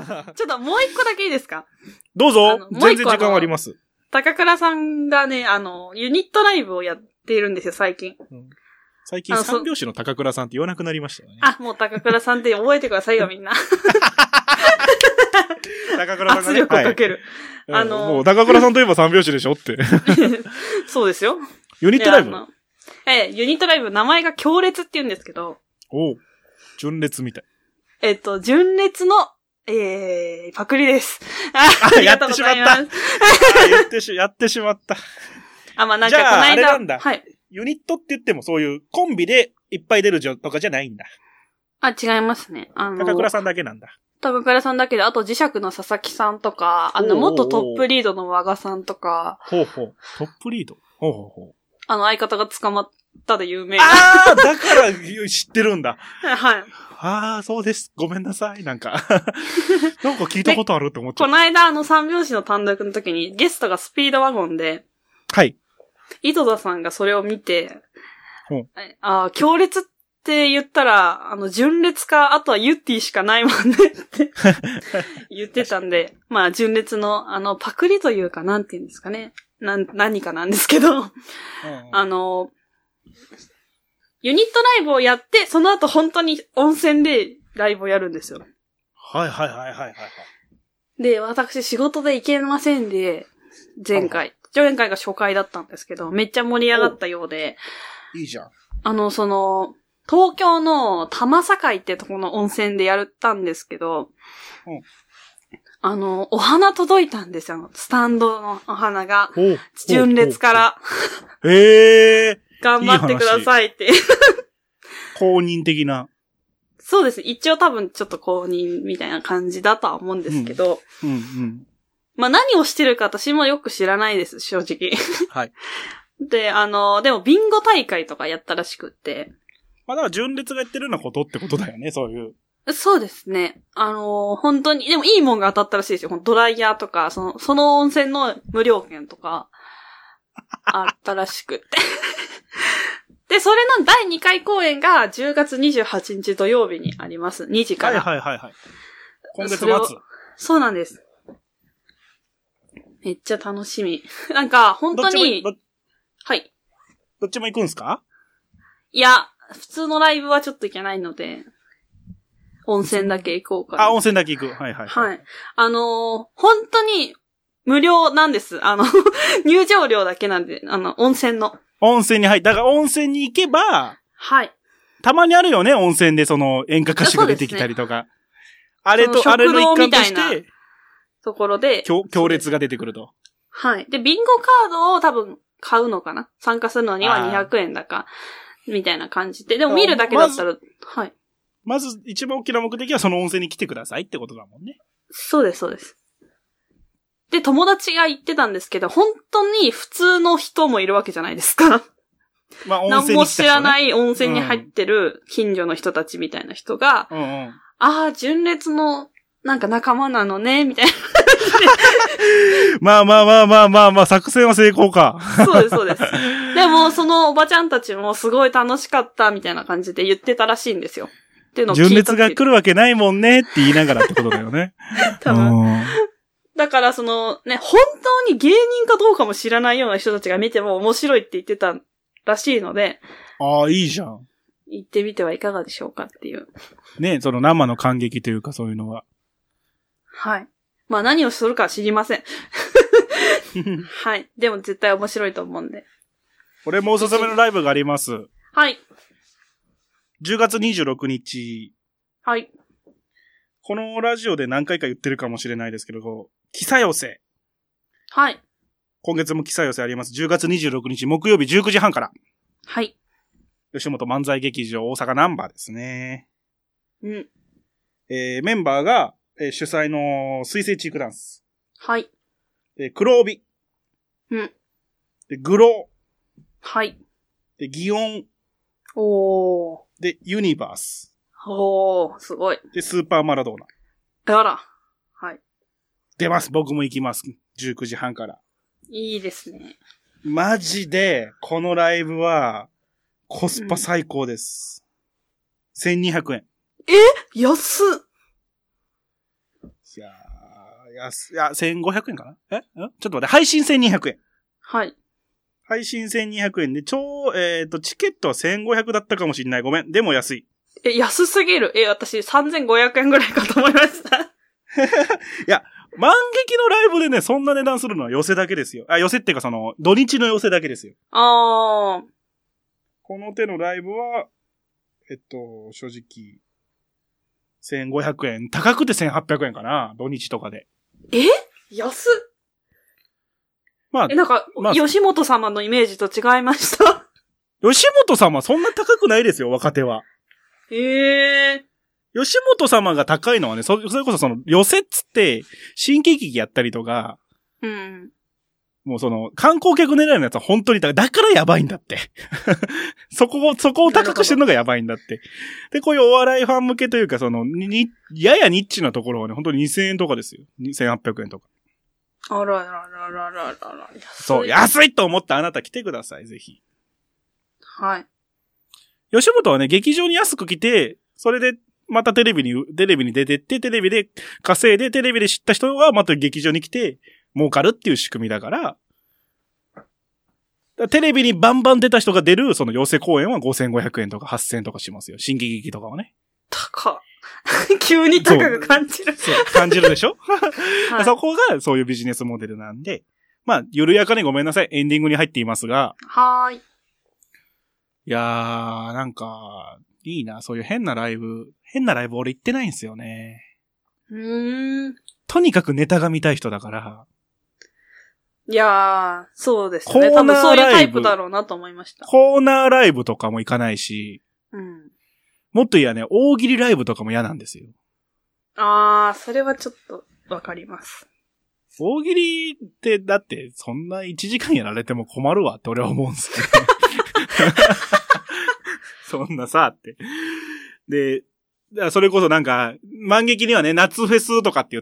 ちょっともう一個だけいいですか？ どうぞ。全然時間はあります。 高倉さんがね、ユニットライブをやっているんですよ、最近。 最近三拍子の高倉さんって言わなくなりましたよね。 もう高倉さんって覚えてくださいよ、みんな。 高倉さんが、ね、 圧力をかける。 はい、もう高倉さんといえば三拍子でしょって。 そうですよ。 ユニットライブ？ ユニットライブ、名前が強烈って言うんですけど。 おう。純烈みたい。 純烈の、パクリです。 やってしまった。やってしまった。 まあなんかこの間。 じゃあ、あれなんだ。 はい。 ユニットって言ってもそういうコンビでいっぱい出るとかじゃないんだ。 違いますね。 高倉さんだけなんだ。 高倉さんだけで、あと磁石の佐々木さんとか、元トップリードの和賀さんとか。 ほうほう。トップリード？ほうほうほう。 相方が捕まったで有名な。 だから知ってるんだ。 はい。 そうです。ごめんなさい。なんか聞いたことあるって思っちゃった。 この間三拍子の単独の時にゲストがスピードワゴンで。 はい。 井戸田さんがそれを見て、強烈って言ったら、純烈か、あとはユッティしかないもんねって言ってたんで、まあ、純烈の、パクリというか、なんて言うんですかね。何かなんですけど、ユニットライブをやって、その後本当に温泉でライブをやるんですよ。 はい。 で、私仕事で行けませんで、前回が初回だったんですけど、めっちゃ盛り上がったようで。 いいじゃん。 東京の多摩境ってとこの温泉でやったんですけど、お花届いたんですよ。スタンドのお花が。純烈から。頑張ってくださいって。 公認的な。 そうです。一応多分ちょっと公認みたいな感じだとは思うんですけど。まあ何をしてるか私もよく知らないです、正直。 はい。 で、でもビンゴ大会とかやったらしくって。 まあだから純烈がやってるようなことってことだよね、そういう。 そうですね。本当に、でもいいもんが当たったらしいですよ。ドライヤーとか、その温泉の無料券とか、あったらしくって。で、それの第2回公演が10月28日土曜日にあります。2時から。 はい。今月末。 そうなんです。めっちゃ楽しみ。なんか、本当に、はい。 どっちも行くんすか？ いや、普通のライブはちょっと行けないので、温泉だけ行こうかな。 温泉だけ行く。はい。 はい。本当に無料なんです。入場料だけなんで、温泉の。 温泉に入った。だから温泉に行けば、 はい。 たまにあるよね、温泉で演歌歌手が出てきたりとか。あれの一環として、 ところで。 強烈が出てくると。 はい。で、ビンゴカードを多分買うのかな？参加するのには200円だか、みたいな感じで。でも見るだけだったら、はい。 まず一番大きな目的はその温泉に来てくださいってことだもんね。 そうです。で、友達が言ってたんですけど、本当に普通の人もいるわけじゃないですか。 まあ、温泉に来た人ね。何も知らない温泉に入ってる近所の人たちみたいな人が、純烈のなんか仲間なのね、みたいな。 まあ、作戦は成功か。 そうです。でも、そのおばちゃんたちもすごい楽しかったみたいな感じで言ってたらしいんですよ。っていうのを聞いた。 純烈が来るわけないもんねって言いながらってことだよね。 多分。だから本当に芸人かどうかも知らないような人たちが見ても面白いって言ってたらしいので。 いいじゃん。 行ってみてはいかがでしょうかっていう。 ね、その生の感激というかそういうのは。 はい。まあ何をするか知りません。はい。でも絶対面白いと思うんで。 俺もおすすめのライブがあります。 はい。 10月26日。 はい。 このラジオで何回か言ってるかもしれないですけど、キサ寄せ。 はい。 今月もキサ寄せあります。10月26日木曜日19時半から。 はい。 吉本漫才劇場大阪ナンバーですね。 うん。 メンバーが、主催の水星チークダンス。 はい。 黒帯。 うん。 グロー。 はい。 ギオン。 おー。 ユニバース。 おー、すごい。 スーパーマラドーナ。 あら。はい。 出ます。僕も行きます。19時半から。 いいですね。 マジで、このライブは、コスパ最高です。1200円。 安っ。 いや、1500円かな？ちょっと待って、配信1200円。 はい。 配信1200円で、チケットは1500だったかもしれない。ごめん。でも安い。 安すぎる。私3500円ぐらいかと思いました。 いや、万劇のライブでね、そんな値段するのは寄せだけですよ。寄せっていうか土日の寄せだけですよ。 あー。 この手のライブは、正直、1500円。高くて1800円かな。土日とかで。 安っ。 まあ、 なんか、吉本様のイメージと違いました。 吉本様そんな高くないですよ、若手は。吉本様が高いのはね、それこそ寄せっつって、新喜劇やったりとか、 うん。 もう観光客狙いのやつは本当にだからやばいんだって。そこを高くしてるのがやばいんだって。で、こういうお笑いファン向けというか、ややニッチなところはね、本当に2000円とかですよ。2800円とか。 あら。 そう、安いと思ったあなた来てください、ぜひ。 はい。 吉本はね、劇場に安く来て、それで、またテレビに出てって、テレビで稼いで、テレビで知った人はまた劇場に来て、儲かるっていう仕組みだから、テレビにバンバン出た人が出る、寄せ公演は5500円とか8000円とかしますよ。新喜劇とかはね。 高っ。急に高く感じる。 そう、感じるでしょ、 はい、 そこがそういうビジネスモデルなんで、まあ、緩やかにごめんなさい。エンディングに入っていますが。 はーい。 いやー、なんか、いいな。そういう変なライブ俺行ってないんですよね。とにかくネタが見たい人だから。 いやー、そうですね。多分そういうタイプだろうなと思いました。 コーナーライブとかも行かないし、 うん。 もっと言えばね、大喜利ライブとかも嫌なんですよ。 それはちょっとわかります。 大喜利って、だって、そんな1時間やられても困るわって俺は思うんですけど。そんなさ、って。で、それこそなんか、万劇にはね、夏フェスとかって言って、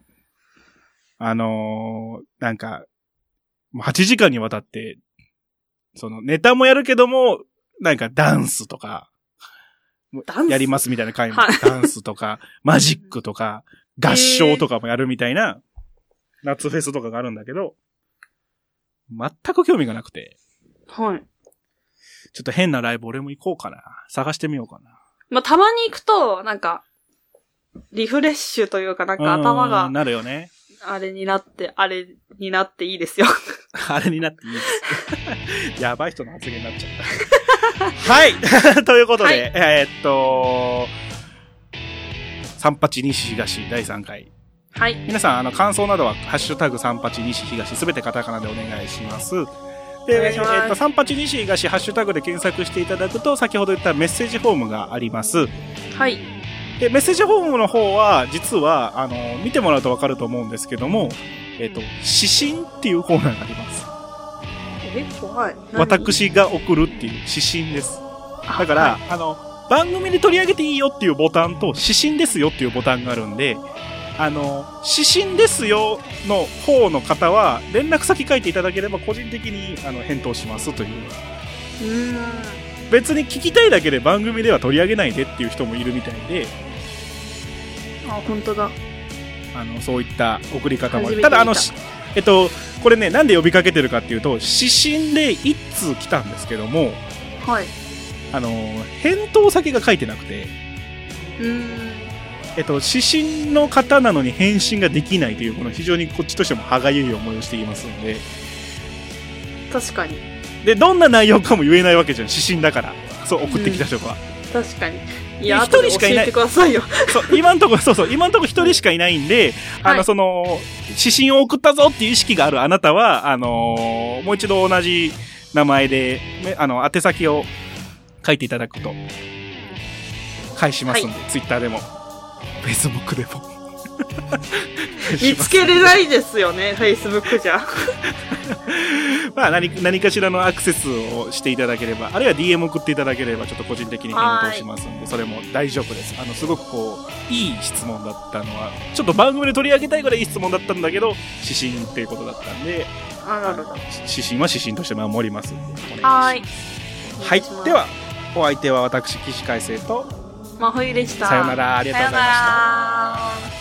なんか、8時間にわたって、ネタもやるけども、なんかダンスとか、やりますみたいな回も、ダンスとか、マジックとか、合唱とかもやるみたいな、夏フェスとかがあるんだけど、全く興味がなくて。 はい。 ちょっと変なライブ俺も行こうかな。探してみようかな。 まあ、たまに行くと、なんか、リフレッシュというか、なんか頭が、 なるよね。 あれになっていいですよ。 あれになっていいです。やばい人の発言になっちゃった。はい。ということで、はい、38西東第3回。 はい。 皆さん、感想などは、ハッシュタグ38西東、すべてカタカナでお願いします。で、38西東、ハッシュタグで検索していただくと、先ほど言ったメッセージフォームがあります。 はい。 で、メッセージフォームの方は、実は、見てもらうとわかると思うんですけども、指針っていうコーナーがあります。 怖い。 私が送るっていう指針です。だから、はい、番組で取り上げていいよっていうボタンと、指針ですよっていうボタンがあるんで、指針ですよの方の方は、連絡先書いていただければ個人的に返答しますという。別に聞きたいだけで番組では取り上げないでっていう人もいるみたいで。 本当だ。 そういった送り方もある。ただこれね、なんで呼びかけてるかっていうと、指針で一通来たんですけども、 はい。 返答先が書いてなくて、指針の方なのに返信ができないという、この非常にこっちとしても歯がゆい思いをしていますので。 確かに。 で、どんな内容かも言えないわけじゃん、指針だから。そう、送ってきた人が。 確かに。いや、一人しかいない。教えてくださいよ。 そう、今んとこ一人しかいないんで、はい、指針を送ったぞっていう意識があるあなたは、もう一度同じ名前で、宛先を書いていただくと、返しますんで、はい、ツイッターでも、フェイスブックでも。 見つけれないですよね、フェイスブックじゃ。 まあ何かしらのアクセスをしていただければ、あるいは DM 送っていただければ、ちょっと個人的に返答しますんで、それも大丈夫です。すごくいい質問だったのは、ちょっと番組で取り上げたいぐらいいい質問だったんだけど、指針っていうことだったんで、指針は指針として守りますんで、お願いします。はい。では、お相手は私、岸海生と、 真冬でした。 さよなら、ありがとうございました。